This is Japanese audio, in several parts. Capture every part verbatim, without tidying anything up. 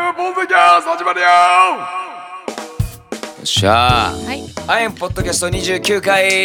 ムポッドキャスト始まるよ。よっしゃー、 はい、 アイムポッドキャストにじゅうきゅうかい、イ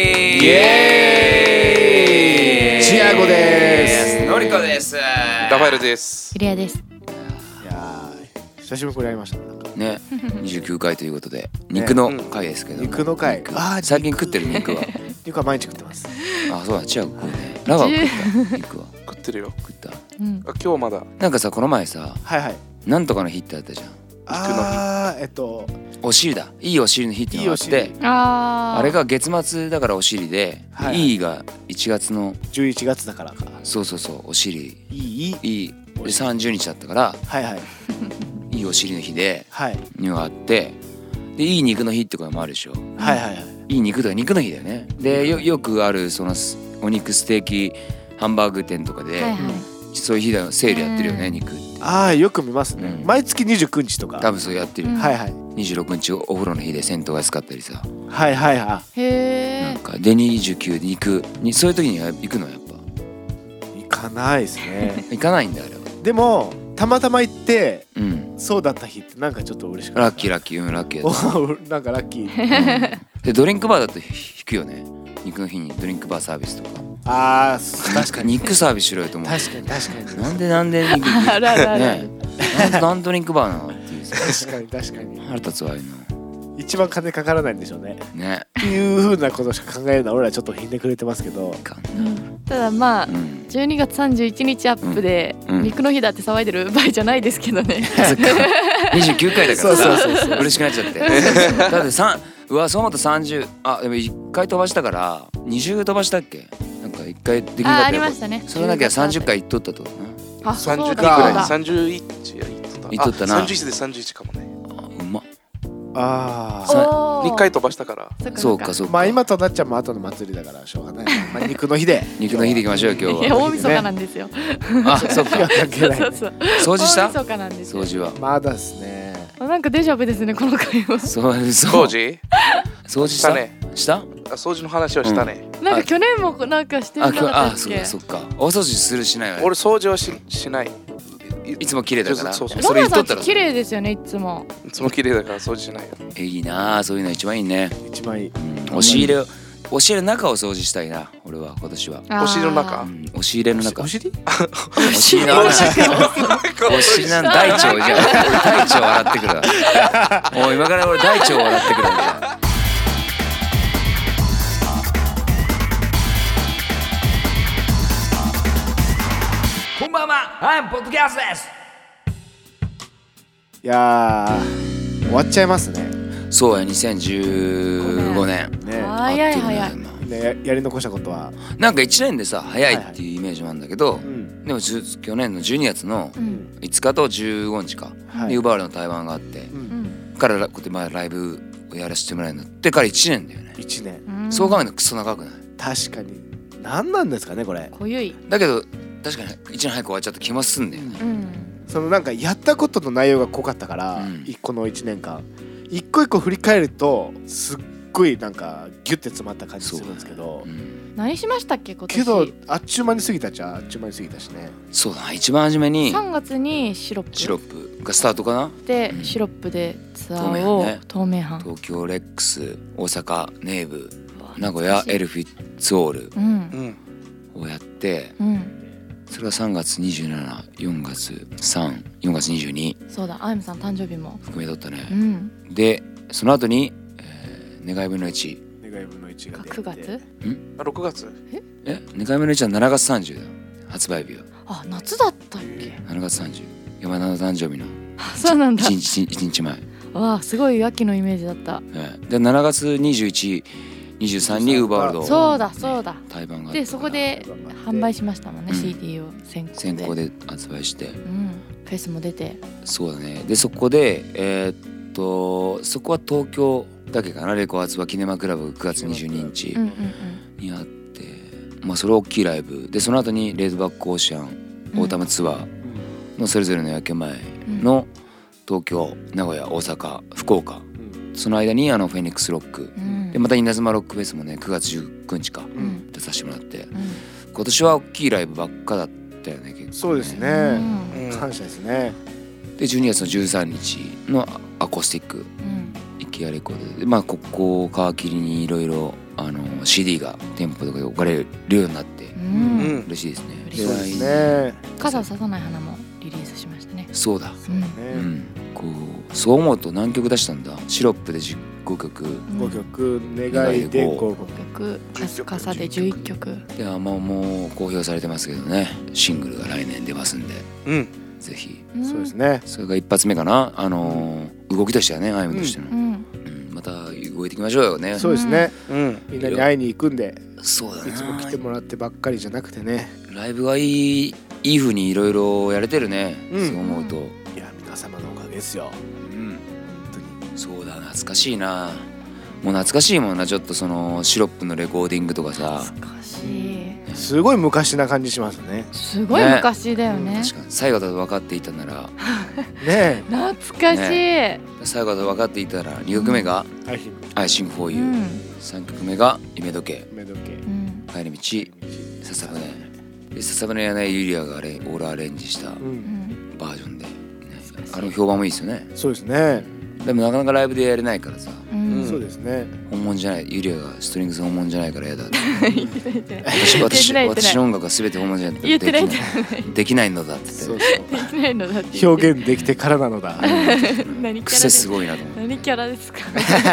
エーイ。 チアゴです。 のりこです。 ラファエルです。 ゆりやです。 いやー久しぶりに会いましたね。なんかね、にじゅうきゅうかいということで肉の回ですけども、 肉の回。 肉あー最近食ってる肉は肉は毎日食ってます。 あ、そうだ、チアゴ食うね。ラガー食った肉は食ってるよ。 食った。 うん、 あ、今日まだ。 なんかさ、この前さ、 はいはい。 なんとかの日ってあったじゃん。 あーえっとお尻だ、いいお尻の日ってのがあって、 あーあれが月末だからお尻で、 はいはいいいがいちがつの、 じゅういちがつだからか。 そうそうそう、お尻いいいいでさんじゅうにちだったからはいはいいいお尻の日ではいにがあって、でいい肉の日ってこともあるでしょ。 はいはいはい。 いい肉とか肉の日だよね。で よ, よくあるそのスお肉ステーキハンバーグ店とかで、 はいはい、 そういう日だセールやってるよね、 うん肉。 ああよく見ますね。 うん毎月にじゅうくにちとか。 多分そうやってるよ、 うんはいはいにじゅうろくにちお風呂の日で銭湯が安かったりさ、 はいはいはへなんかでにじゅうくで肉に、そういう時には行くのやっぱい。行かないですね。 行かないんだあれは。 でもたまたま行ってうん、 そうだった日ってなんかちょっと嬉しかった。 ラッキーラッキー、うん、ラッキーだったおーなんかラッキー。 うんでドリンクバーだと引くよね、肉の日にドリンクバーサービスとか。 ああ確かに肉サービスしろよと思う。 確かに確かに。 なんでなんで肉あらららねなんでなんドリンクバーなのっていうさ、 確かに確かに。 腹立つわいの一番金かからないんでしょうね。 ね。 っていう風なことしか考えるのは俺らちょっとひんでくれてますけど。 かんただまあ、 うんじゅうにがつさんじゅういちにちアップで、 うんうん肉の日だって騒いでる場合じゃないですけどね。 そっかにじゅうきゅうかいだからさ、 そうそうそうそう嬉しくなっちゃってだってさんうわそう思ったさんじゅう、あでもいっかい飛ばしたからにじゅう飛ばしたっけ、なんかいっかいできなかったあーありましたね。 それだけはさんじゅっかい行っとったってことな。 あ、そうだ三十回ぐらい。 そうだ三十一やいっとった。 いっとったなあ三十一で三十一かもね。 あうまっ。 ああ。 おー二回飛ばしたから。 そうかそうか。 まあ今となっちゃうも後の祭りだからしょうがない。まあ肉の日で。 肉の日でいきましょう今いや日は。 大晦日なんですよ。 あそっか。 関係ない。 そうそう掃除した大晦日なんですよ。 掃除は。 まだですね。 なんかデジャブですねこの会話。 そうそう掃除？ 掃除ししたたね。 したあ、掃除の話をしたね。 なんか去年もなんかしてあなかったあっけそうかそっか。大掃除するしないわね。 俺掃除はししない。いいつも綺麗だから。 そうそうそれ言っとったらママさん綺麗ですよねいつも。 いつも綺麗だから掃除しないよ。 えいいなあ、そういうの一番いいね。 一番いい。 うん押し入れを押し入れの中を掃除したいな俺は今年は。 あーお尻の中うん押し入れの中。 お尻？ お尻の中。お尻の大腸じゃん。大腸洗ってくるわ。もう今から俺大腸洗ってくるわじゃん。こんばんは、アイムポッドキャストです。 いやー終わっちゃいますね。 そうや、にせんじゅうごねん。 ね。 早い早い。 みんなややり残したことは。 なんかいちねんでさ早いっていうイメージもあるんだけど、 うん。 でもじゅ去年のじゅうにがつのうんいつかとじゅうごにちかはい。 でウバールの対バンがあって、 う。 うんんからこうやって前ライブをやらせてもらえるのってからいちねんだよね。 一年。 うん。 そう考えるとクソ長くない？ 確かに。何なんですかねこれ。 濃ゆい。 だけど確かにいちねん早く終わっちゃった気もすんだよね。 うん。 そのなんかやったことの内容が濃かったから、 うん一個の一年間一個一個振り返るとすっごいなんかギュッて詰まった感じするんですけど、 うん、 何しましたっけ今年？ けどあっちゅう間に過ぎたっちゃあっちゅう間に過ぎたしね。 そうだな、一番初めにさんがつにシロップシロップがスタートかな。 で、 うんシロップでツア透明ーを版ね透明版。 東京レックス、大阪ネーブ、 うわ名古屋懐かしいエルフィッツオールうんうん。 をやって、 うん。 それがさんがつにじゅうしち、よんがつさん、よんがつにじゅうにそうだ、アイムさん誕生日も。 含めとったね。 うん。 でその後に、えー、願い目のいち。 願い分の一がが出てくがつ？ あ、六月。 え願い目のいちはしちがつさんじゅうだよ、発売日は。 あ、夏だったっけ？ しちがつさんじゅう、山田の誕生日のあ、そうなんだ。 1, 日いちにちまえ、 わあ、すごい秋のイメージだった。 えーでしちがつにじゅういち、にじゅうさんにウーバーワールドそうだそうだ。 対バンがあったからでそこで販売しましたもんね、 うんシーディー を先行で。 先行で発売して、 うん。フェスも出て。 そうだね。でそこでえーっとそこは東京だけかな、レコ発はキネマクラブくがつにじゅうににちうんうんにあって、まあそれ大きいライブで、その後にレッドバックオーシャンうん。 オータムツアーのそれぞれの夜明け前の東京、名古屋、大阪、福岡、その間にあのフェニックスロックうん。 でまた稲妻ロックフェスもねくがつじゅうくにちかうん出させてもらって、 うん今年は大きいライブばっかだったよね結構ね。 そうですね、 うんうん感謝ですね。 でじゅうにがつのじゅうさんにちのアコースティックうんイケアレコードで、まあここを皮切りにいろいろあの シーディー が店舗とかで置かれるようになってううんん嬉しいですね。 嬉しいそうですね。 傘ささない花もリリースしましたね。 そうだ。 うんねうん。こうそう思うと何曲出したんだ。シロップでじゅうごきょくごきょく、願いでごきょく。 曲傘でじゅういっきょく。 で、あまあもう公表されてますけどね。シングルが来年出ますんで、 うんぜひ。 そうですね。 それが一発目かな。あのー動きとしてはね、アイムとしての、 うんうんまた動いていきましょうよね。 そうですね。 うんみんなに会いに行くんで、 そうだな。 いつも来てもらってばっかりじゃなくてね。 ライブがいいいい風にいろいろやれてるね。 うんそう思うと、 いや、皆様のおかげですよ。 うん、 本当に。 そうだ懐かしいな。もう懐かしいもんな。ちょっとそのシロップのレコーディングとかさ。 懐かしい。 すごい昔な感じしますね。 すごい昔だよね。 確かに最後だと分かっていたなら、 ね懐かしい。 最後だと分かっていたらにきょくめがえ。はい。 I Sing For う You、 んさんきょくめが夢時計、 めどけ。 うん帰り道、笹舟で笹舟やないユリアがあれオールアレンジしたう。 うんんバージョンで、ね、あの評判もいいですよね。 そうですね。 でもなかなかライブでやれないからさ、 うんそうですね。 本物じゃないユリアがストリングス本物じゃないから嫌だって言ってない言ってない私私言ってない私の音楽は全て本物じゃない言ってないできないできないのだってそう言っそできないのだってう。表現できてからなのだ。 て何キャラ癖ですごいなと思って。 何キャラですか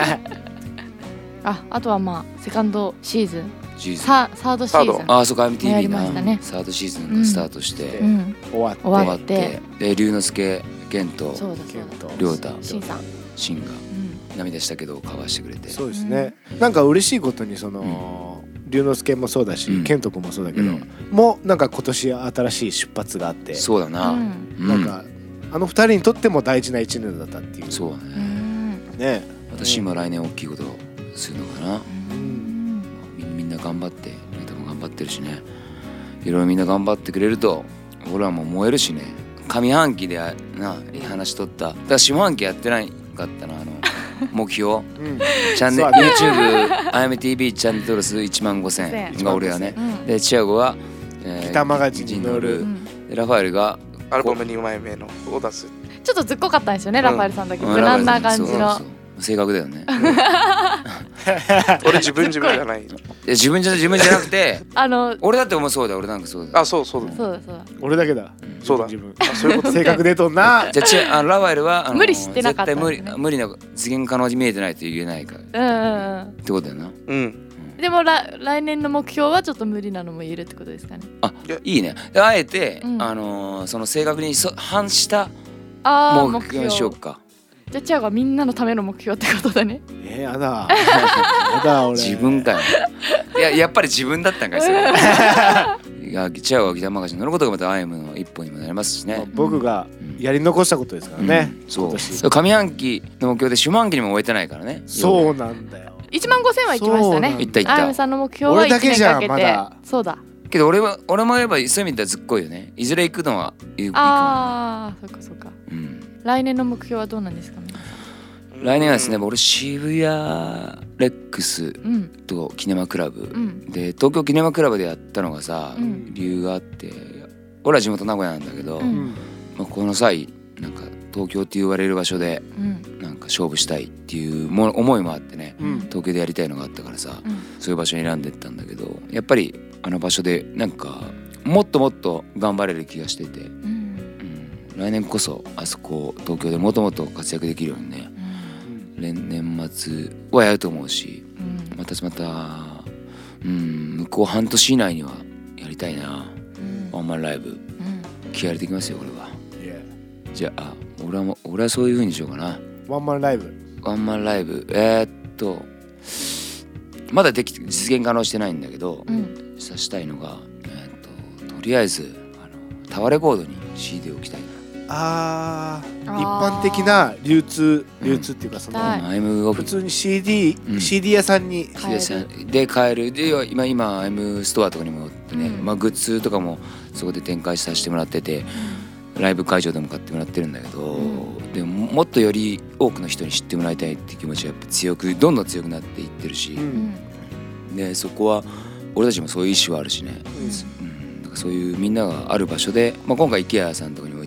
ああとはまあセカンドシーズンジーズササードシーズンああそうか エムティーやビー な、 りましたねサードシーズンがスタートして、 うんうん終わって。 終わ終わってで龍之介健とそうだケンそうだと亮太シンさんシンがうん涙したけどカバーしてくれて、 そうですね。なんか嬉しいことにその龍之介もそうだし、 うんケント君もそうだけど、 うんもうなんか今年新しい出発があって、 そうだな、 ううんんなんかあの二人にとっても大事な一年だったっていう。 そうだうね、 んね。 私今来年大きいことするのかな、 うんみみんな頑張ってネタも頑張ってるしね、いろいろみんな頑張ってくれると俺はもう燃えるしね。上半期でないい話しとっただから下半期やってないかったなあの目標うん。 チャンネルそうだね YouTube アイエムティービー チャンネル登録数いちまんごせんが俺はね、 うんでチアゴは、えーギターマガジンに載るうんでラファエルがアルバムにまいめのを出すちょっとずっこかったんですよね、 うんラファエルさんだけうん無難な感じのそうそうそう性格だよね。 俺自分自分じゃないいや自分じゃ自分じゃなくてあの俺だって思うそうだ俺なんかそうだ。 あそうそうだそうだそうだ俺だけだ。 そうだ自分。 あそういうこと性格出とんな。 じゃあちあのラファエルはあの無理してなかったん絶ですね対無理無理な実現可能に見えてないと言えないからうんうんってことだよな。 うんうんでも来来年の目標はちょっと無理なのも言えるってことですかね。 いいね。であえて、 うんあのーその性格にそ反したああ目目標標にしようか。 じゃあチアゴはみんなのための目標ってことだね。 えー、やだ。やだ俺。 自分かよ。いややっぱり自分だったんかいそれ。いやチアゴがギターマガジンに乗ることがまたアイムの一歩にもなりますしまあね。 僕がやり残したことですからね。 うんそう今年そう上半期の目標で下半期にも終えてないからね。 そうなんだよ。 いちまんごせんは行きましたね。 いったいったアイムさんの目標は俺だ 1年けじゃんかけて。 まだそうだ。 けど俺は俺も言えばそういう意味ではずっこいよね。いずれ行くのはいいかああ、そっかそっか。 も。うん。 来年の目標はどうなんですかね。 来年はですね、俺渋谷レックスうんとキネマクラブ、 うんで東京キネマクラブでやったのがさ、 うん理由があって俺は地元名古屋なんだけど、 うんうん。 まあ、この際なんか東京って言われる場所でうんなんか勝負したいっていうも思いもあってね、 うん。 東京でやりたいのがあったからさ、 うんそういう場所に選んでったんだけどやっぱりあの場所でなんかもっともっと頑張れる気がしてて、 うんうん、来年こそあそこ東京でもっともっと活躍できるようにね年年末はやると思うしうんまたまた、うん、向こう半年以内にはやりたいなうんワンマンライブうん気合い入れてきますよ俺は。 いやじゃあ俺はもう俺はそういう風にしようかな。 ワンマンライブ。 ワンマンライブえー、っとまだでき実現可能してないんだけど、 うんさしたいのが、えー、っととりあえずあのタワーレコードに シーディー を置きたいな。 ああ。 あー一般的な流通流通っていうかその、 はいアイムオフ普通に シーディー、 うんシーディー 屋さんに買えるで買えるで今今アイムストアとかにも売ってね、 うんまあ、グッズとかもそこで展開させてもらっててライブ会場でも買ってもらってるんだけど、 うんでももっとより多くの人に知ってもらいたいっていう気持ちがやっぱ強くどんどん強くなっていってるし、 ううんんでそこは俺たちもそういう意思はあるしね、うん、だからそういうみんながある場所で、まあ、今回 IKEA さんとかに置いてもらって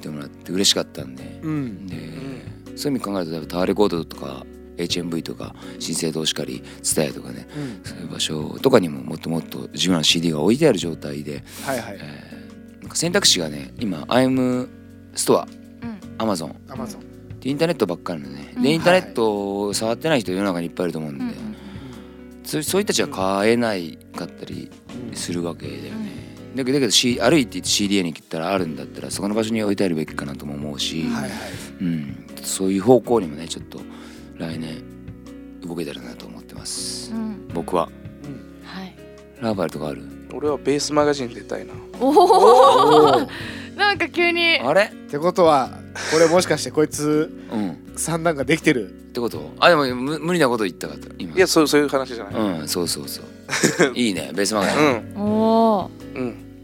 って嬉しかったんで、 うん、 で、うん、そういう意味考えると多分タワーレコードとか エイチエムブイ とか新生堂しかりツタヤとかね、うん、そういう場所とかにももっともっと自分らの シーディー が置いてある状態で、はいはい、えー、なんか選択肢がね今 アイエム ストア、うん、Amazon、 Amazon インターネットばっかりのね、うん、でインターネットを触ってない人世の中にいっぱいいると思うんで、うん、そうそういう人たちは買えないかったりするわけだよね、うん、だけど、だけど、C、歩いて シーディーエー に行ったらあるんだったらそこの場所に置いてあるべきかなとも思うし、はいはい、うん、そういう方向にもねちょっと来年動けたらなと思ってます、うん、僕は、うん、はい、ラーバルとかある？ 俺はベースマガジン出たいな。 おおなんか急にあれってことはこれもしかしてこいつ、うん、三段ができてるってこと？あ、でも無無理なこと言ったかった今。 いや、そうそういう話じゃない。 うん、そうそうそういいねベースマガジン、 うん、おお、うん、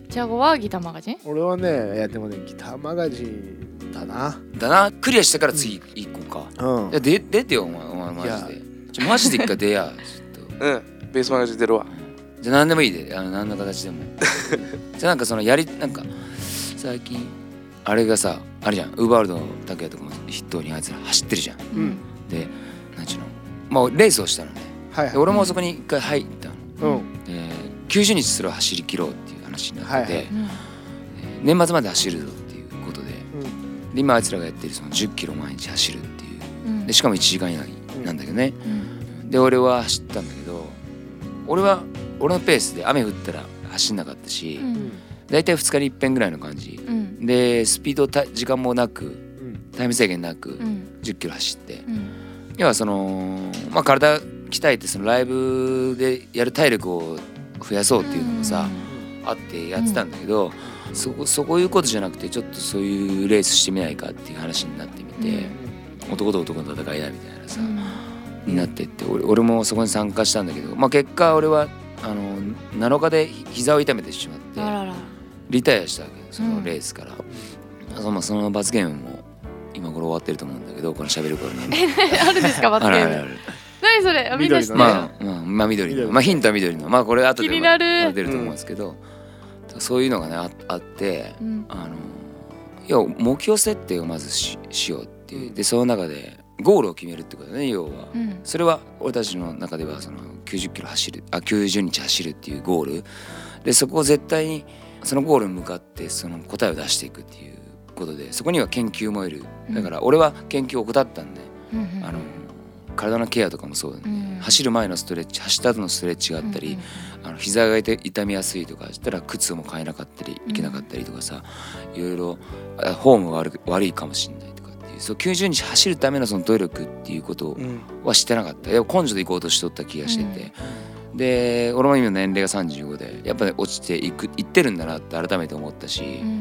チアゴはギターマガジン？ 俺はね、いやでもねギターマガジンだなだな。クリアしてから次行こうか、うん、いやで出てよお前、お前マジでちょマジで一回出やちょっとうんベースマガジン出るわ。 じゃあ何でもいいで、あの何の形でもじゃあなんかそのやりなんか最近あれがさあれじゃん、ウーバーワールドの拓也とかも筆頭にあいつら走ってるじゃん、うん、でなんちゅうのまあレースをしたのね、はいはい、で俺もそこに一回入ったの、うん、できゅうじゅうにちそれを走り切ろうっていう話になってて、はいはい、年末まで走るぞっていうことで、うん、で今あいつらがやってるそのじゅっキロ毎日走るっていう、うん、でしかもいちじかん以内なんだけどね、うん、で俺は走ったんだけど俺は俺のペースで雨降ったら走んなかったし、うん、だいたいふつかにいっぺんぐらいの感じ、うん、でスピードた時間もなく、うん、タイム制限なく、うん、じゅっキロ走って、うん、要はその、まあ、体鍛えてそのライブでやる体力を増やそうっていうのもさ、うん、あってやってたんだけど、うん、そこそういうことじゃなくてちょっとそういうレースしてみないかっていう話になってみて、うん、男と男の戦いだみたいなさ、うん、になってって 俺, 俺もそこに参加したんだけど、まあ、結果俺はあのなのかで膝を痛めてしまってあららリタイアしたわけそのレースから、うん、そ, のその罰ゲームも今頃終わってると思うんだけどこの喋る頃にあるんですか罰ゲーム？あるあるある。何それ？みんな知ってる？ まあ、まあ、まあ緑のまあヒントは緑のまあこれ後で出ると思うんですけど、うん、そういうのがね あ, あって、うん、あの要は目標設定をまず し, しようっていうでその中でゴールを決めるってことね要は、うん、それは俺たちの中ではそのきゅうじゅっキロ走るあきゅうじゅうにち走るっていうゴールでそこを絶対にそのゴールに向かってその答えを出していくっていうことでそこには研究もいるだから俺は研究を怠ったんで、うん、あの体のケアとかもそうだね、うん、走る前のストレッチ走った後のストレッチがあったり、うん、あの膝が痛みやすいとかしたら靴も買えなかったりいけなかったりとかさいろいろフォームが 悪, 悪いかもしれないとかっていうそうきゅうじゅうにち走るためのその努力っていうことは知ってなかったいや根性で行こうとしとった気がしてて、うん、で俺も今年齢がさんじゅうごでやっぱり落ちていくいってるんだなって改めて思ったし、うん、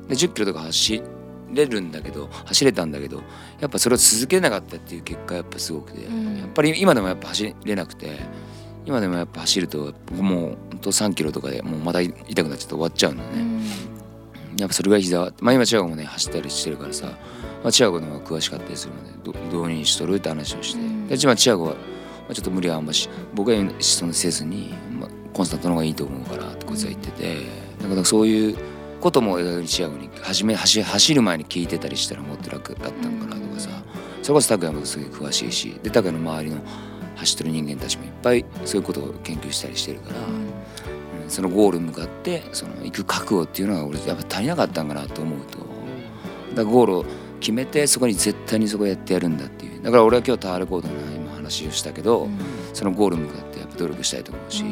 でじゅっキロとか走れるんだけど走れたんだけどやっぱそれを続けなかったっていう結果やっぱすごくて、うん、やっぱり今でもやっぱ走れなくて今でもやっぱ走るともうほんとさんキロとかでもうまた痛くなっちゃって終わっちゃうんだよね、うん、やっぱそれぐらい膝はまあ今チアゴもね走ったりしてるからさ、まあ、チアゴの方が詳しかったりするので ど, どうにしとるって話をして、うん、で一番チアゴはちょっと無理はあんまし僕はそのせずに、まあ、コンスタントの方がいいと思うからってこいつは言っててだからそういうこともチアゴに初め 走, 走る前に聞いてたりしたらもっと楽だったのかなとかさそれこそ拓也もすごい詳しいしで拓也の周りの走ってる人間たちもいっぱいそういうことを研究したりしてるから、うん、そのゴールに向かってその行く覚悟っていうのが俺やっぱ足りなかったんかなと思うとだからゴールを決めてそこに絶対にそこやってやるんだっていうだから俺は今日タワーレコードの今話をしたけど、うん、そのゴールに向かってやっぱ努力したいと思うし、うん、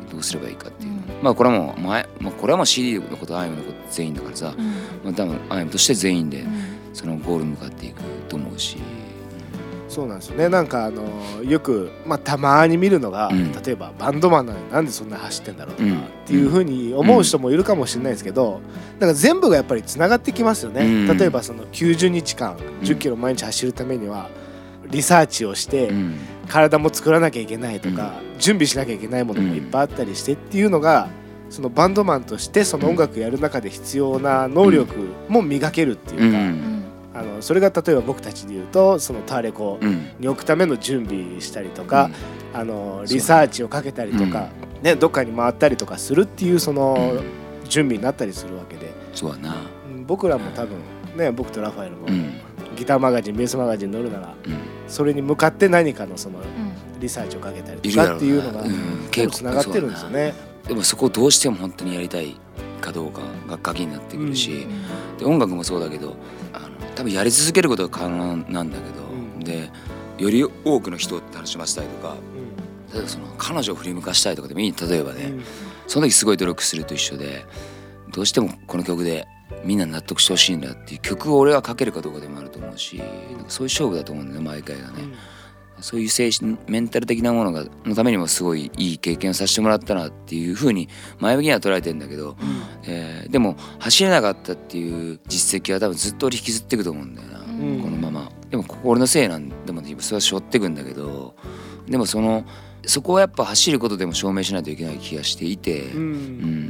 どうすればいいかっていうの、うん、まあこれはもう前、まあ、これはもう シーディー のことアイムのこと全員だからさ、うんまあ、多分アイムとして全員でそのゴールに向かっていくと思うし、 そうなんですよねなんかあのよく、まあ、たまに見るのが、うん、例えばバンドマンなのになんでそんな走ってんだろうとか、うん、っていうふうに思う人もいるかもしれないですけど、うん、だから全部がやっぱりつながってきますよね、うん、例えばそのきゅうじゅうにちかんじゅっキロ毎日走るためにはリサーチをして、うん、体も作らなきゃいけないとか、うん、準備しなきゃいけないものもいっぱいあったりしてっていうのがそのバンドマンとしてその音楽やる中で必要な能力も磨けるっていうか、うんあのそれが例えば僕たちでいうとそのターレコに置くための準備したりとか、うん、あのリサーチをかけたりとか、うんね、どっかに回ったりとかするっていうその準備になったりするわけでそうだな僕らも多分ね僕とラファエルも、 うん、 ギターマガジンベースマガジン載るなら、 うん、 それに向かって何かのそのうんリサーチをかけたりとかっていうのが結構つながってるんですよね。 でもそこをどうしても本当にやりたいかどうかが鍵になってくるし、うん、で音楽もそうだけどあの多分やり続けることが可能なんだけど、うん、でより多くの人を楽しませたいとか、うん、例えばその彼女を振り向かしたいとかでもいい。例えばね、うん、その時すごい努力すると一緒でどうしてもこの曲でみんな納得してほしいんだっていう曲を俺が書けるかどうかでもあると思うし、なんかそういう勝負だと思うんだよね毎回がね、うん、そういう精神メンタル的なものがのためにもすごいいい経験をさせてもらったなっていう風に前向きには捉えてんだけど、うんえー、でも走れなかったっていう実績は多分ずっと俺引きずっていくと思うんだよな、うん、このまま。でもここ俺のせいなんでもそれは背負っていくんだけど、でもそのそこはやっぱ走ることでも証明しないといけない気がしていて、うんうん、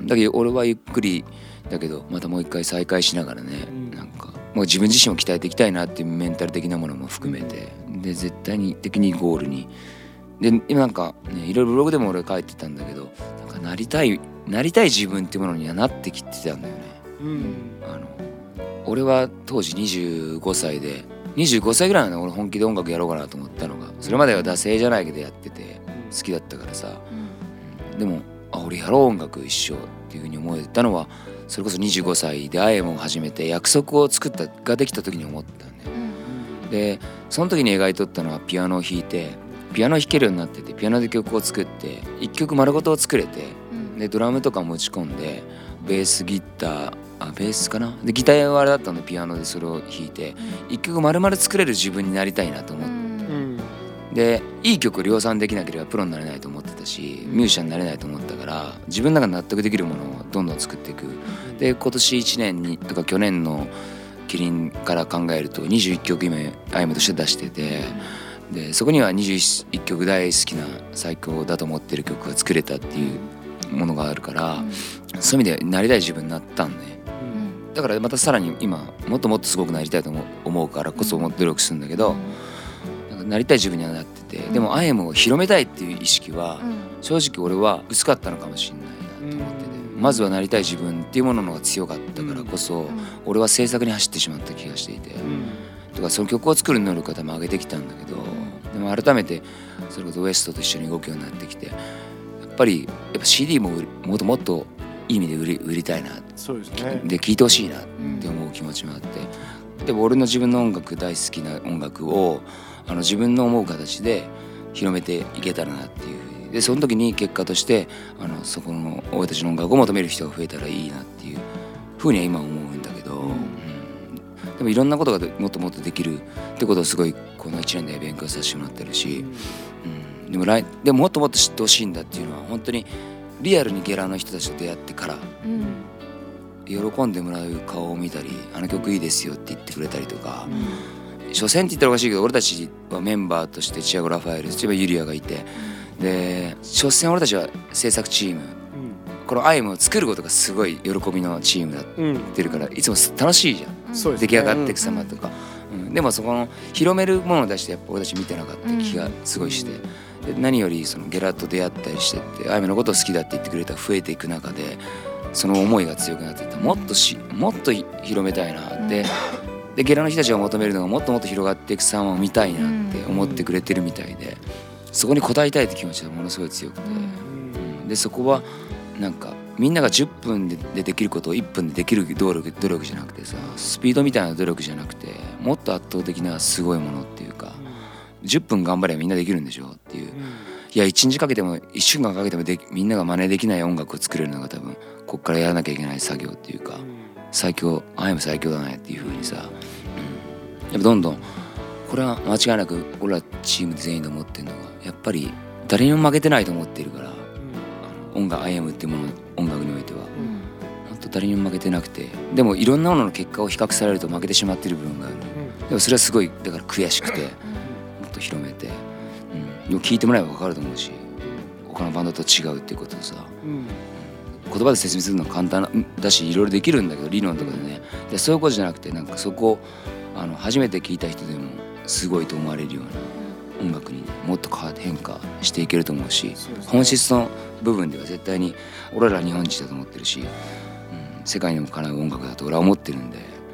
だけど俺はゆっくりだけどまたもう一回再開しながらね、うん、なんかもう自分自身を鍛えていきたいなっていうメンタル的なものも含めて、で絶対に的にゴールにで今なんかねいろいろブログでも俺書いてたんだけど、なんかなりたいなりたい自分っていうものにはなってきてたんだよね、うん、あの俺は当時にじゅうごさいでにじゅうごさいぐらいの俺本気で音楽やろうかなと思ったのが、それまでは惰性じゃないけどやってて好きだったからさ、うん、でもあ俺やろう音楽一生っていう風に思えたのはそれこそにじゅうごさいでアイエムを始めて約束を作ったができた時に思ったんだよ、うん、でその時に描いとったのはピアノを弾いてピアノ弾けるようになっててピアノで曲を作っていっきょく丸ごと作れて、うん、でドラムとかも打ち込んでベースギターあベースかなでギターはあれだったのでピアノでそれを弾いていっきょく丸々作れる自分になりたいなと思って、うん、でいい曲を量産できなければプロになれないと思ってたしミュージシャンになれないと思ったから自分の中で納得できるものをどんどん作っていく。で今年いちねんにとか去年のキリンから考えるとにじゅういっきょく今アイムとして出してて、でそこにはにじゅういっきょく大好きな最高だと思ってる曲が作れたっていうものがあるから、そういう意味でなりたい自分になったんね。だからまたさらに今もっともっとすごくなりたいと思うからこそもっと努力するんだけど、なんかなりたい自分にはなってて、でもアイエムを広めたいっていう意識は正直俺は薄かったのかもしれないなと思ってて、まずはなりたい自分っていうもののが強かったからこそ俺は制作に走ってしまった気がしていて、だからその曲を作る能力は多分上げてきたんだけど、でも改めてそれこそウエストと一緒に動くようになってきて、やっぱりやっぱ シーディー ももっともっといい意味で売り、売りたいな、そうですね、で聴いてほしいなって思う気持ちもあって、うん、でも俺の自分の音楽大好きな音楽をあの自分の思う形で広めていけたらなっていうふうに、でその時に結果としてあのそこの俺たちの音楽を求める人が増えたらいいなっていうふうには今思うんだけど、うんうん、でもいろんなことがもっともっとできるってことをすごいこのいちねんで勉強させてもらってるし、うん、でも来でももっともっと知ってほしいんだっていうのは本当にリアルにゲラの人たちと出会ってから、うん、喜んでもらう顔を見たり、あの曲いいですよって言ってくれたりとか、うん、所詮って言ったらおかしいけど俺たちはメンバーとしてチアゴ・ラファエル、千葉ユリアがいて、で所詮俺たちは制作チーム、うん、このアイムを作ることがすごい喜びのチームだってるから、うん、いつも楽しいじゃん、うん、出来上がっていく様とか、うんうん、でもそこの広めるものを出してやっぱ俺たち見てなかった気がすごいして、うん、で何よりそのゲラと出会ったりしてってアイムのことを好きだって言ってくれたら増えていく中でその思いが強くなっていった、もっとしもっと広めたいなって、うん、でゲラの人たちが求めるのがもっともっと広がっていく様を見たいなって思ってくれてるみたいで、そこに応えたいって気持ちがものすごい強くて、うん、でそこはなんかみんながじゅっぷんでできることをいっぷんでできる努力、努力じゃなくてさ、スピードみたいな努力じゃなくてもっと圧倒的なすごいものっていうか、じゅっぷん頑張ればみんなできるんでしょっていう、うん、いやいちにちかけてもいっしゅうかんかけてもでみんなが真似できない音楽を作れるのが多分こっからやらなきゃいけない作業っていうか、うん、最強、アイム最強だねっていう風にさ、うん、やっぱどんどんこれは間違いなく俺らチーム全員で思ってるのがやっぱり誰にも負けてないと思ってるから、うん、あの音楽 アイエム っていうもの音楽においては、うん、本当誰にも負けてなくて、でもいろんなものの結果を比較されると負けてしまってる部分がある、うん、でもそれはすごいだから悔しくて、もっと広めて、うん、でも聞いてもらえば分かると思うし、他のバンドと違うっていうことをさ、うん、言葉で説明するのは簡単だしいろいろできるんだけど理論とかでね、でそういうことじゃなくてなんかそこをあの初めて聞いた人でもすごいと思われるような音楽に、ね、もっと変化していけると思うし、本質の部分では絶対に俺ら日本人だと思ってるし、うん、世界にもかなう音楽だと俺は思ってるんで、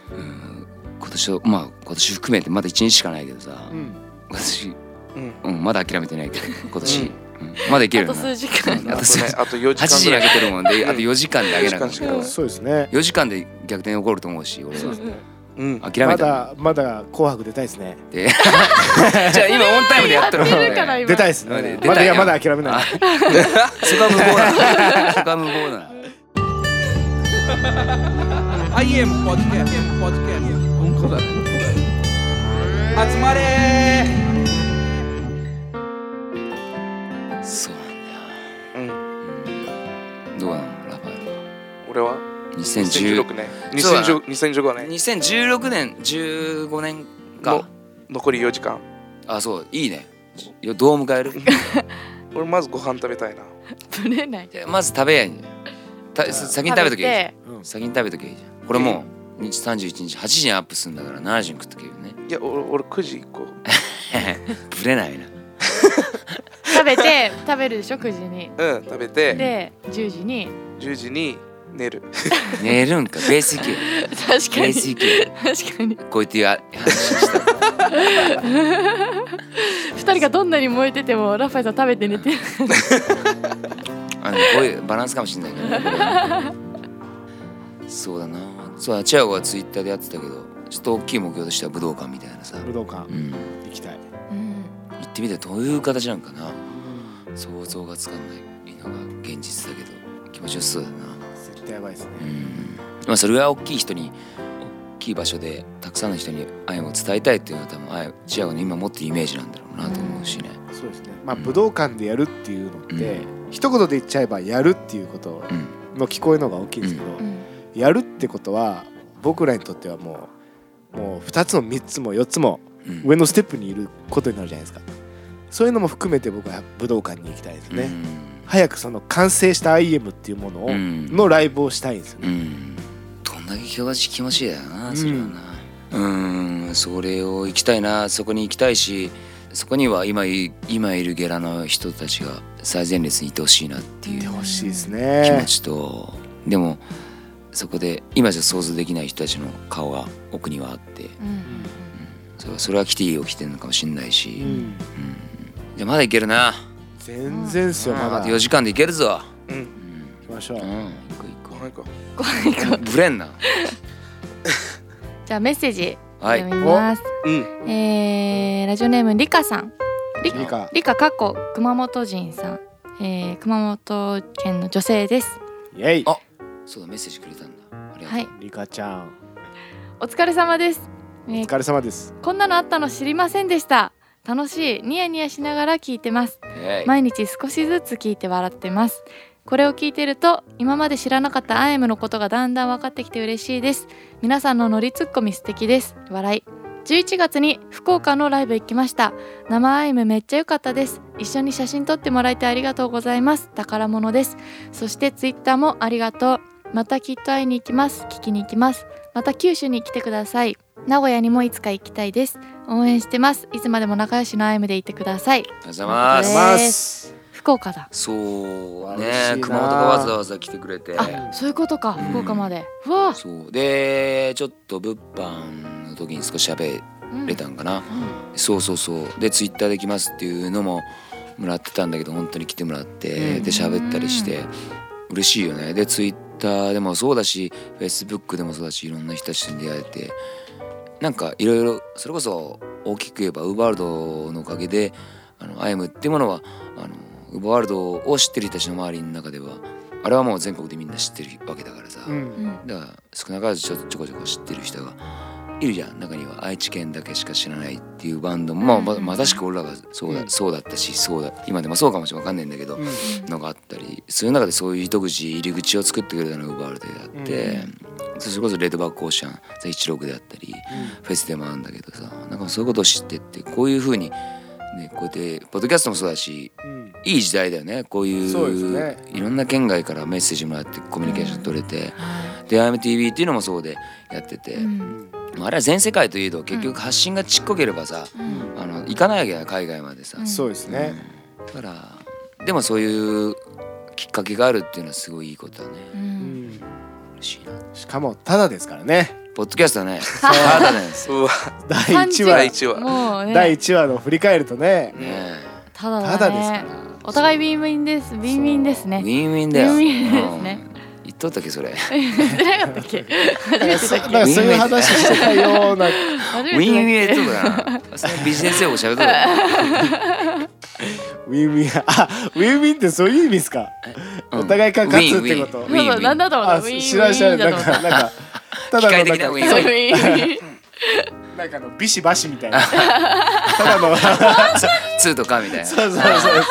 うん、今年はまあ今年含めてまだいちにちしかないけどさ、 うん、 私、 うんうん、まだ諦めてないけど今年、うんうん、まだいけるよな。 あと数時間あと数ね、あとよじかんはちじに開けてるもんで、 うん、 あとよじかんで開けなかったけど、 そうですね。 よじかんで逆転起こると思うし俺は、 うん、 諦めたまだまだ紅白出たいですね。 でじゃあ今オンタイムでやったらやってるから今出たいですね。 出たいまだいやまだ諦めない。 そこは無謀なそこは無謀な I am podcast podcast 本当だね。集まれー。 そうなんだよ。 うん、 どうなのラファエルは。 俺はにせんじゅうろくねんにせんじゅうにせんじゅうごねんにせんじゅうろくねんじゅうごねんかの残りよじかん。 あ、そういいね。どう迎える俺まずご飯食べたいな。 ぶれない。 まず食べやいいんだよ。先に食べとけばいいじゃうんん。先に食べとけばいいじゃん。これもうさんじゅういちにちはちじにアップするんだからしちじに食っとけばいいよね。 いや俺俺くじ以降ぶれないな。 食べて食べるでしょくじに。 うん食べてでじゅうじにじゅうじに寝る。 寝るんかベーシックよ。 確かベーにシックよ。 確かにこうやっていう話した二人がどんなに燃えててもラファエルさん食べて寝てる。 あのこういうバランスかもしれないけどねこれはそうだな。そうだチアゴはツイッターでやってたけどちょっと大きい目標としては武道館みたいなさ、 武道館うん、 行きたい。 うん行ってみたらどういう形なんかな想像がつかんないのが現実だけど気持ちよさそうだな。 絶対やばいですね。 うんまあそれが大きい人に大きい場所でたくさんの人に愛を伝えたいっていうのは多分愛チアゴの今持ってるイメージなんだろうなと思うしね。 そうですね。まあ武道館でやるっていうのって、一言で言っちゃえばやるっていうことうんの聞こえの方が大きいんですけど、 うんやるってことは僕らにとってはもうもうふたつもみっつもよっつもうん上のステップにいることになるじゃないですか。そういうのも含めて僕は武道館に行きたいですね。早くその完成した アイエム っていうものを、 うんのライブをしたいんですよね。 うんどんだけ気持ち気持ちいいだよなそれはな。うんそれを行きたいな。そこに行きたいしそこには今い今いるゲラの人たちが最前列にいてほしいなっていういてほしいです気ね持。ちと、でもそこで今じゃ想像できない人たちの顔が奥にはあって、 うんそれはそれは来ていい起きてるのかもしれないし、 ううんん、 じゃあまだいけるな。 全然っすよまだ。 あとよじかんでいけるぞ。 うんうん行きましょう。 うん、行こうご飯行こご飯行こう。 ぶれんな。 じゃあメッセージはい読みます。 う。うんえーラジオネームリカさん。リリカリカかっこ熊本人さん。えー熊本県の女性です。 イエイ。 あそうだメッセージくれたんだ。ありがとう。 はい。 リカちゃんお疲れ様です。えーお疲れ様です。 こんなのあったの知りませんでした。楽しい。ニヤニヤしながら聞いてます。 えい毎日少しずつ聞いて笑ってます。これを聞いてると今まで知らなかったアイムのことがだんだん分かってきて嬉しいです。皆さんのノリツッコミ素敵です。笑い。じゅういちがつに福岡のライブ行きました。生アイムめっちゃ良かったです。一緒に写真撮ってもらえてありがとうございます。宝物です。そしてツイッターもありがとう。またきっと会いに行きます。聞きに行きます。また九州に来てください。名古屋にもいつか行きたいです。応援してます。いつまでも仲良しのアイムでいてください。 ありがとうございます。 まます福岡だ。 そう嬉しいなね熊本がわざわざ来てくれて。 あ、そういうことか。 うん福岡まで。うわ。 そうでちょっと物販の時に少し喋れたんかな。そうそうそうでツイッターで来ますっていうのももらってたんだけど本当に来てもらって、 うんで喋ったりして嬉しいよね。でツイッターでもそうだしフェイスブックでもそうだしいろんな人たちに出会えてなんかいろいろそれこそ大きく言えばウーバーワールドのおかげであのアイムっていうものはあのウーバーワールドを知ってる人たちの周りの中ではあれはもう全国でみんな知ってるわけだからさ、 うんうん。 だから少なからずちょちょこちょこ知ってる人がいるじゃん。中には愛知県だけしか知らないっていうバンドも、まあ、ままさしく俺らがそうだ、 うんそうだったしそうだ今でもそうかもしれわかんないんだけど、 うんのがあったりそういう中でそういう糸口入り口を作ってくれたのがウーバーワールドであって、それこそレッドバックオーシャンザ・いちろくであったり、フェスでもあるんだけどさなんかそういうことを知ってってこういう風にねこうやってポッドキャストもそうだしうんいい時代だよねこういうそうですねいろんな県外からメッセージもらってコミュニケーション取れて、 はで アイエムティーブイ っていうのもそうでやってて、 い。うんあれは全世界といえど結局発信がちっこければさ、 うんあの行かないわけだ海外までさ、 うんそうですね。 だからでもそういうきっかけがあるっていうのはすごいいいことだね、 う。 うんん嬉しいな。 しかもただですからね。 ポッドキャストねただねうわだいいちわだいいちわもうねだいいちわの振り返るとねねただだねただですからお互いウィンウィンですウィンウィンですねウィンウィンだよウィンウィンですねうん言っとったっけそれ言ってなかったっけ初めてだっけなんかそういう話してたような初ウィンウィンめてだっけとかなそのビジネス用語喋っとったウィンウィンあウィンウィンってそういう意味ですか、 うんお互いが勝つってことウィンウィンそうそうなんだと思ったあウィンウィン知らん知らんなんかなんかただのなんか機械的なウィンウウィンィンウィンなんかあのビシバシみたいなただのツーとかみたいなそうそうそう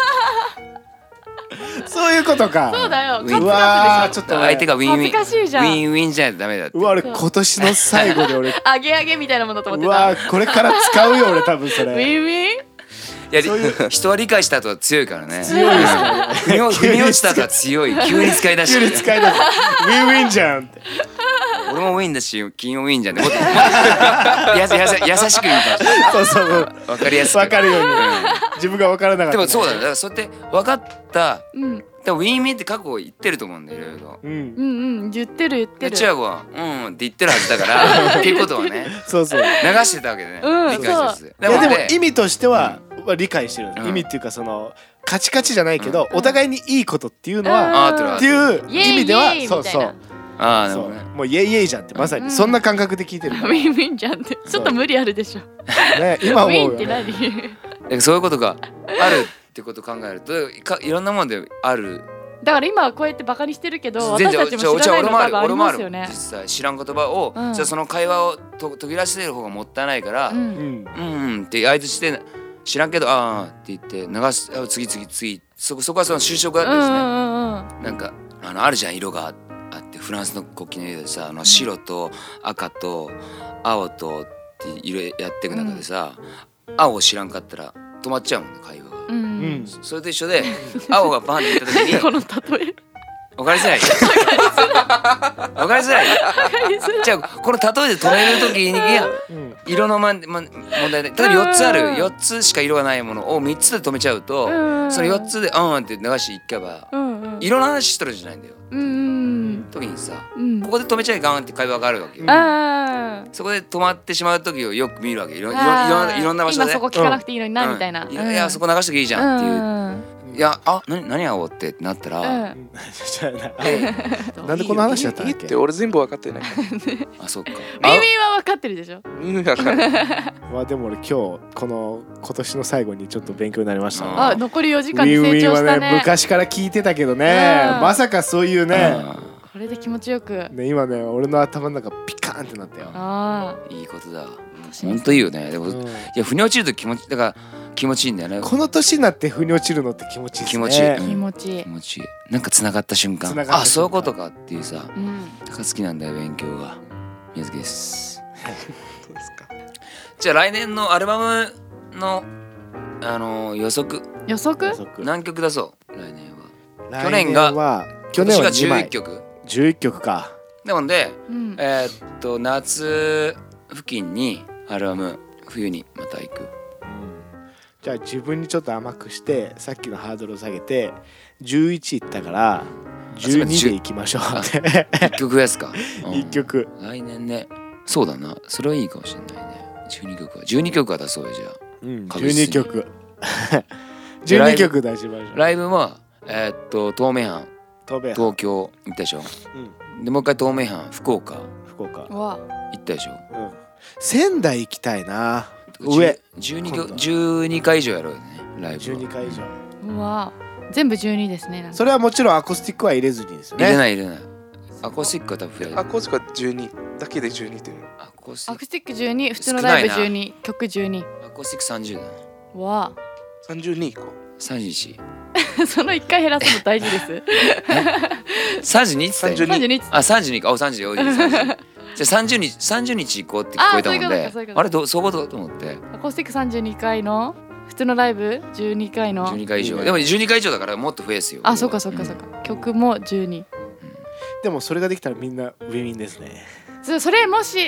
そういうことかそうだよウィン勝つうわ勝つでしーちょっと相手がウィンウィン恥ずかしいじゃんウィンウィンじゃないとダメだってうわ俺今年の最後で俺ょあげあげみたいなものと思ってうたわこれから使うよ俺多分そウれィンウィンいや人は理解した後は強いからね強いですからね腑に落腑に落ちた後は強い急に使い出急にして使い出すウィンウィンじゃんって俺もウィンだし君もウィンじゃんねもっともっとやさやさ優しく言うかもしれないそうそうそうわかりやすく分かるように自分が分からなかったでもそうだねだからそうやって分かったうんでもウィンウィンって過去言ってると思うんだよいろいろうんうんうん言ってる言ってるでチアゴはうんって言ってるはずだからっていうことはねそうそう流してたわけでねうん理解してていやでもね意味としてはは理解してるんです、 うん意味っていうかそのカチカチじゃないけど、お互いにいいことっていうのは、 あーってるっていうイエイ意味ではイエイそうそうみたいなああなるそうほどねもうイエイイエイじゃんってまさにうんそんな感覚で聞いてるから、 ウィンウィンじゃんってちょっと無理あるでしょね、今ウィ思うよ、 ンって何ね、 だからそういうことがあるってことを考えるとかいろんなものであるだから今はこうやってバカにしてるけど全然私たちも知らないの多分あり俺もあるますよね実際知らん言葉を、 うんじゃあその会話をと途切らせてる方がもったいないから、 ううん、 んうんうんうんって相手して知らんけどああって言って流すあ次次次そこそこはその就職だったですね、 うんうんうんうんなんかあのあるじゃん色があってフランスの国旗の色でさあの白と赤と青とって色やっていく中でさ、青を知らんかったら止まっちゃうもんね会話が。 うんううんんそれと一緒で青がバンって言った時にこの例え分かりづらい分かりづらいじゃあこの例えで止める時にいやうん色の、まま、問題で例えばよっつあるよっつしか色がないものをみっつで止めちゃうとうんそのよっつでうんって流していけばうんうん色の話しとるじゃないんだようんうん時にさうんここで止めちゃいかんって会話があるわけよあーそこで止まってしまう時をよく見るわけいろいろいろあーいろんな場所で今そこ聞かなくていいのになみたいなうんいやいやそこ流しときゃいいじゃんっていううんいやあ何何青ってってなったらうんじゃあなえなんでこの話だったんだっけいいって俺全部分かってないあそっかウィンウィンは分かってるでしょ意味分かんないまあでも俺今日この今年の最後にちょっと勉強になりましたねああ残りよじウかんで成ィンウィンはね長したね昔から聞いてたけどねうんまさかそういうねあこれで気持ちよくね今ね俺の頭の中ピカーンってなったよ、 あーいいことだあほんといいよねでもいうんや腑に落ちると気持ちだから気持ちいいんだよねこの年になって腑に落ちるのって気持ちいいですね気持ちいいうん気持ちいい気持ちいいなんか繋がった瞬間繋がった瞬間あそういうことかっていうさうんだから好きなんだよ勉強が宮崎ですそうですかじゃあ来年のアルバムのあのー予測予測予測何曲出そう来年は来去年がは去年は今年が11 にまい曲じゅういっきょくかでもねうんえーっと夏付近にアルバム冬にまた行くじゃあ自分にちょっと甘くしてさっきのハードルを下げてじゅういちいったからじゅうにでいきましょうっていっきょく増やすか、うんいっきょく来年ねそうだなそれはいいかもしれないねじゅうにきょくはじゅうにきょくは出そうよじゃあうん確実にじゅうにきょくじゅうにきょく出しましょうライブはえーっと東名阪東米東京行ったでしょうんでもう一回東名阪福岡福岡わ行ったでしょうん仙台行きたいな上じゅうに今度じゅうにかい以上やろうよねライブはじゅうにかい以上うわ全部じゅうにですねなんかそれはもちろんアコースティックは入れずにですよね入れない入れないアコースティックは多分増やるアコースティックはじゅうにだけでじゅうにっていうのアコースティックアクスティックじゅうに普通のライブ少ないなじゅうに曲じゅうにアコースティックさんじゅうだねわさんじゅうにいこさんじゅういちあそのいっかい減らすの大事ですさんじゅうにっつったよさんじゅうにさんじゅうにあ三十二かお三十二おいいさんじゅうにじゃあ三十日三十日行こうって聞こえたもんあそういうことでかそういうことかあれどうそういうことと思ってアコースティックさんじゅうにかいの普通のライブじゅうにかいのじゅうにかい以上いいねでもじゅうにかい以上だからもっと増やすよあそっかそっかそっか曲もじゅうにでもそれができたらみんなウィンウィンですねそそれもし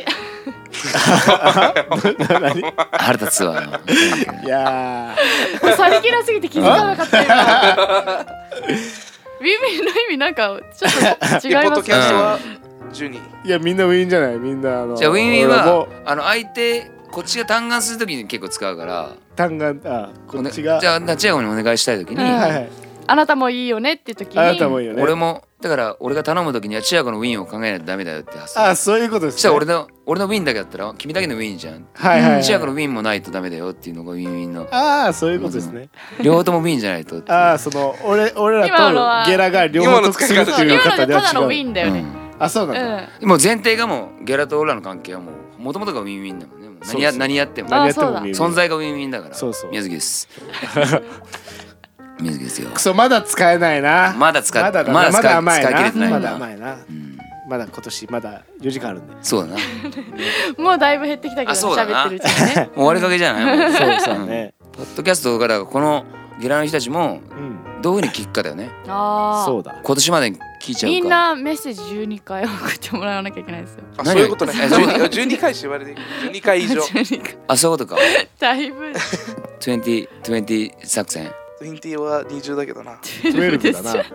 何腹立つわいやさりげなすぎて気づかなかった今ウィンウィンの意味なんかちょっと違いポッドキますねャストはじゅうに。 いやみんなウィンじゃない。みんなあのじゃあウィンウィン俺もはあの相手こっちが嘆願するときに結構使うから単眼あこっちがおねじゃあナチアゴにお願いしたいときに、 うんはいはいあなたもいいよねっていう時にあなたもいいよね。 俺もだから俺が頼むときにはチアゴのウィンを考えないとダメだよって発想。 あそういうことです、ね。 そしたら俺の俺のウィンだけだったら君だけのウィンじゃん。 はいはい、はい、 チアゴのウィンもないとダメだよっていうのがウィンウィンのああそういうことですね。 両方ともウィンじゃないとっていうああその俺俺ら今のはとゲラが両方得するっていう今の方ではでただのウ違う。 ィンだよね。 あそうなんだ。 うん。 もう前提がもうゲラと俺らの関係はもうもともとがウィンウィンだもんね。もう何やそうそう何やってもあ何やってもそうだ見える存在がウィンウィンだから。 そうそう宮崎です。宮崎ですよ。 クソまだ使えないな。 まだ使っまだだまだ使まだ甘い使い切れな。 てないなまだ甘いな。 うんまだ今年まだよじかんあるんで。 そうだな。 もうだいぶ減ってきたけどあそうだな喋ってるうちにね。 もう終わりかけじゃないもうそうそうね。 ポッドキャストからこのゲラの人たちもうん。 どういう風に聞くかだよね。 ああ。 そうだ。 今年までに聞いちゃうか。 みんなメッセージじゅうにかい送ってもらわなきゃいけないですよ。 あ、 何そういうことね。 えじゅうにじゅうにかい縛られてる。じゅうにかい以上。 じゅうにかいあそういうことか。 だいぶにじゅう、にじゅう作戦。 にじゅうはにじゅうだけどな。 じゅうにだな。 じゅう。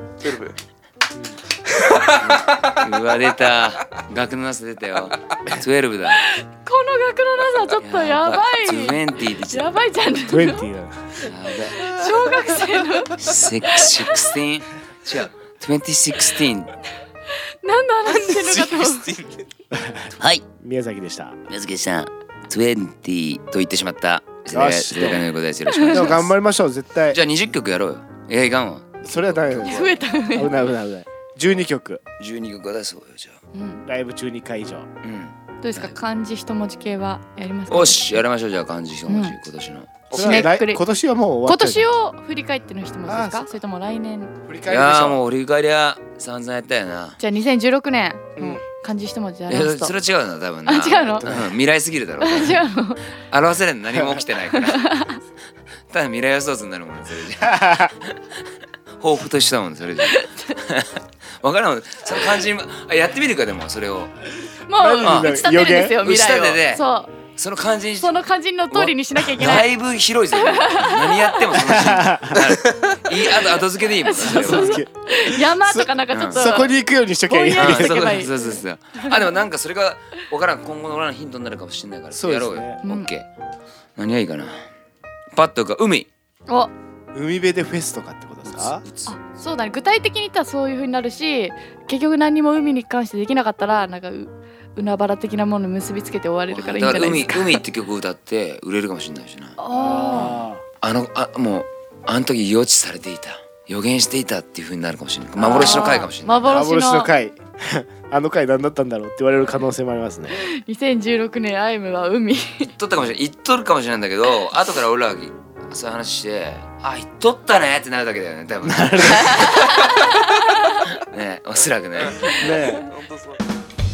うわ出た。学のなさ出たよ。じゅうだ。 この学のなさちょっとやばい。 にじゅうって言ってやばいじゃん。 にじゅうだ。 小学生のじゅうろく、じゅうろく。違う。にじゅうろく。 何の話してるのかと思う。 はい。 宮崎でした。 宮崎さん。にじゅうと言ってしまった。 よし正解のことです。よろしくお願いでもします。 頑張りましょう絶対じ。ゃあにじゅっきょくやろうよ。映画は。 それはダメだ。 増えた増えた。 危ない危ない危ない。じゅうにきょく。 じゅうにきょく出そうよじゃあ。 うん。 ライブじゅうにかい以上。 うん。 どうですか漢字一文字系はやりますか。 よしやりましょうじゃあ漢字一文字うん今年の。 それは来締めくくり今年はもう終わ今ってる。 年を振り返っての一文字ですあーかそれとも来年。 振りい返りましょう。 やーもう振り返りは散々やったよな。 じゃあにせんじゅうろくねんうんの漢字一文字でいや表すと。 それは違うな多分な。 あ違うのん未来すぎるだろ。 違うの。 表せないの何も起きてないから。ただ未来予想図になるもんねそれじゃ。抱負と一緒だもんねそれじゃ。わからんもんその漢字あやってみるかでもそれをもう何打ち立てるんですよ予言未来を。 打ち立てでそう。 その漢字にその漢字の通りにしなきゃいけない。 だいぶ広いぞ。何やってもその字になる。いいあと後付けでいいもん。それは山とかなんかちょっと。 そこに行くようにしときゃいい。 ぼんやりしとそうけばいいそうそうそう。あでもなんかそれがわからん今後の俺らのヒントになるかもしれないからそうですねやろうよ。 うんオッケー。何がいいかな。パッとか海。 お。 海辺でフェスとかってことですか？ あそうだね具体的に言ったらそういう風になるし結局何も海に関してできなかったらなんかう海原的なものに結びつけて終われるからいいんじゃないですか。 海海って曲歌って売れるかもしれないしな。 ああのあもうあの時予知されていた予言していたっていう風になるかもしれない。幻の回かもしれない。 幻の幻の回。あの回何だったんだろうって言われる可能性もありますね。 にせんじゅうろくねんアイムは海。 言っとったかもしれない。言っとるかもしれないんだけど後から俺らがそういう話してあ言っとったねってなるだけだよね多分。ねおそらくね。 ね本当そう。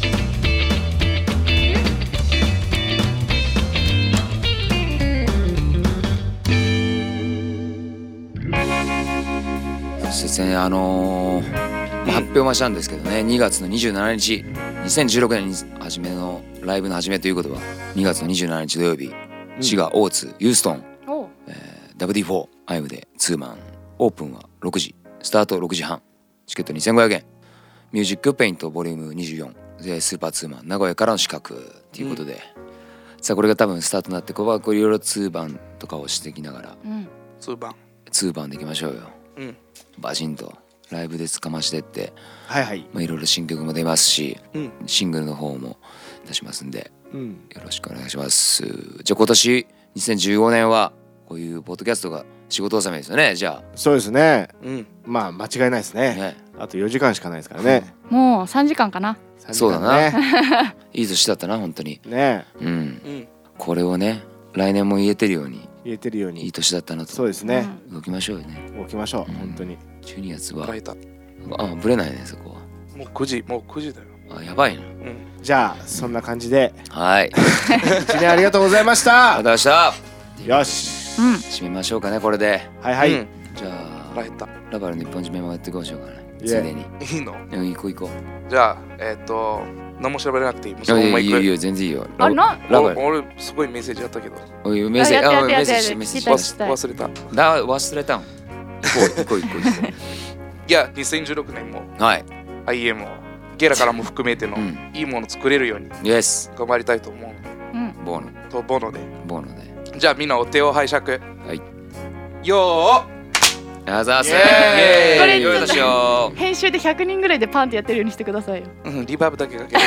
そしてねあのーまあ、発表もしたんですけどねにがつのにじゅうしちにちにせんじゅうろくねんに初めのライブの始めということはにがつのにじゅうしちにち土曜日滋賀大津ユーストン、 おえー、ダブリューディーフォー アイムでツーマンオープンはろくじスタートろくじはんチケットにせんごひゃくえんミュージックペイントボリュームにじゅうよんでスーパーツーマン名古屋からの資格ということで、うん、さあこれが多分スタートになってここはこういろいろツーバンとかをしていきながらうんツーバン。 ツーバンでいきましょうよ。 うん。 バチンとライブでつかましてってはいはい。 まあいろいろ新曲も出ますしうん。 シングルの方も出しますんでうん。 よろしくお願いします。じゃあ今年にせんじゅうごねんはこういうポッドキャストが仕事納めですよね。じゃそうですね。 うん。 まあ間違いないですあね。 ねあとよじかんしかないですからね。 もうさんじかんかな。 さんじそうだなかんね。 いい年だったな本当に。 ねうんうん。 これをね来年も言えてるように言えてるよういいに。 年だったなとそうですね。 動きましょうよね。 起きましょううん本当に。 じゅうにがつは書いた。 あブレないねそこもうくじ、もうくじだよ。 は。あやばいな。 うん。 じゃあそんな感じではい一年ありがとうございましありがとうごた。 ざいました。 よし。 うん。 締めましょうかねこれで。 はいはい。 うんじゃあ腹減った。 ラバル日本人メモやっていこうしようかな。 イエついでに。 いいの？ うん行こう行こう。 じゃあ、えっと、何も調べなくていい。もういそのまま行く。 やいやいいよ全然いいよ。 あなラバル。 お俺、すごいメッセージあったけど。 おいメッセージあやあメッセーってやってやってジメッセージやって忘忘れた。 だ忘れたん。行こう行こう行こう行こいや、にせんじゅうろくねんもう。はい。 アイエム をゲラからも含めてのうんいいもの作れるようにイエス頑張りたいと思ううんボーノと思うので、 ボーノでじゃあみんなお手を拝借。 はいよあざーすイエーイこれよいしょ編集でひゃくにんぐらいでパンってやってるようにしてくださいよ。 ー、うん、リバーブだけかける。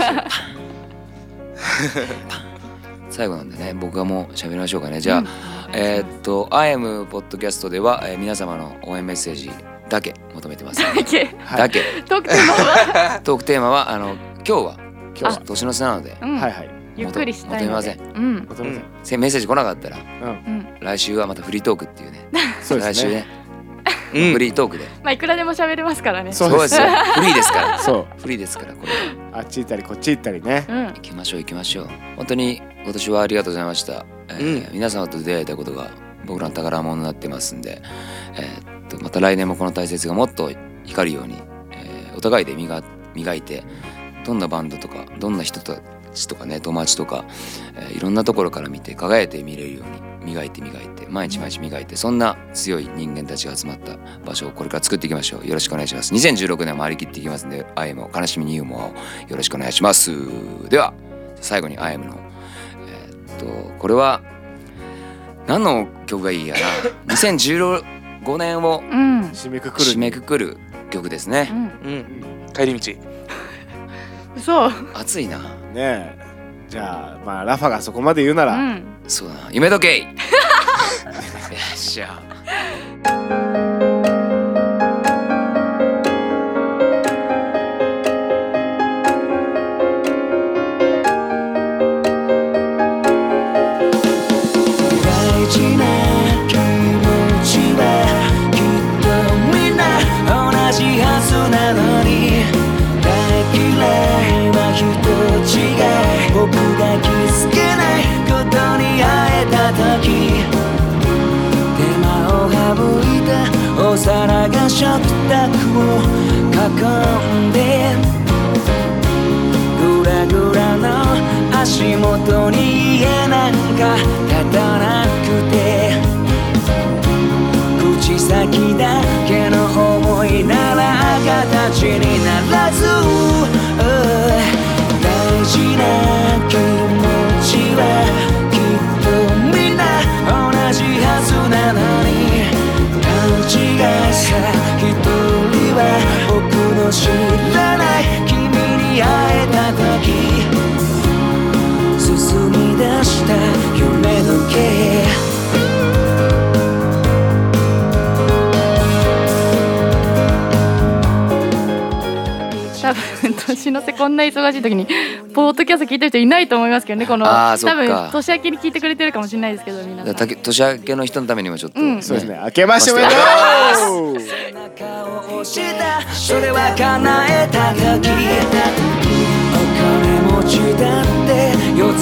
最後なんでね僕がもう喋りましょうかね。じゃあ、えーっと アイエム ポッドキャストでは、えー皆様の応援メッセージだけ求めてます、 だけだけトークテーマはトークテーマはあの今日は今日は年の瀬なのでうんはいはいゆっくりしたいので。 求めうん求めてせメッセージ来なかったらうんうん来週はまたフリートークっていうねそうですね来週ね、 うんフリートークでまあいくらでも喋れますからね。 そうですよフリーですからそうフリーですからこれあっち行ったりこっち行ったりねうん行きましょう行きましょう。本当に今年はありがとうございました、えーう皆様と出会えたことが僕らの宝物になってますんで、えーっとまた来年もこの大切がもっと光るように、えーお互いで磨磨いてどんなバンドとかどんな人たちとかね友達とか、えーいろんなところから見て輝いて見れるように磨いて磨いて毎日毎日磨いてそんな強い人間たちが集まった場所をこれから作っていきましょう。よろしくお願いします。にせんじゅうろくねんも張り切っていきますんでアイエムを悲しみにユーモアをよろしくお願いします。では最後にアイエムのえーっとこれは何の曲がいいやなにせんじゅうごねんをうん締めくくる締めくくる曲ですね。 うんうん、帰り道。 嘘熱いな。 ねえじゃあまあラファがそこまで言うならうんそうだな夢時計よっしゃ大事な気持ちはきっとみんな同じはずなのに大嫌いは人違い僕が気づけないことに会えた時手間を省いたお皿が食卓を囲んでグラグラの足元に家なんか立たなくて口先だけの思いなら形にならず、大事な気持ちはきっとみんな同じはずなのに勘違いさ一人は僕の知らない君に会えた時進み出した夢時計多分年の瀬こんな忙しい時にポッドキャスト聞いてる人いないと思いますけどね。このあーそっか多分年明けに聞いてくれてるかもしれないですけど皆さんだから年明けの人のためにもちょっと、 うんそうですね明けましておめでとう背中を押したそれは叶えた時お金持ちだって世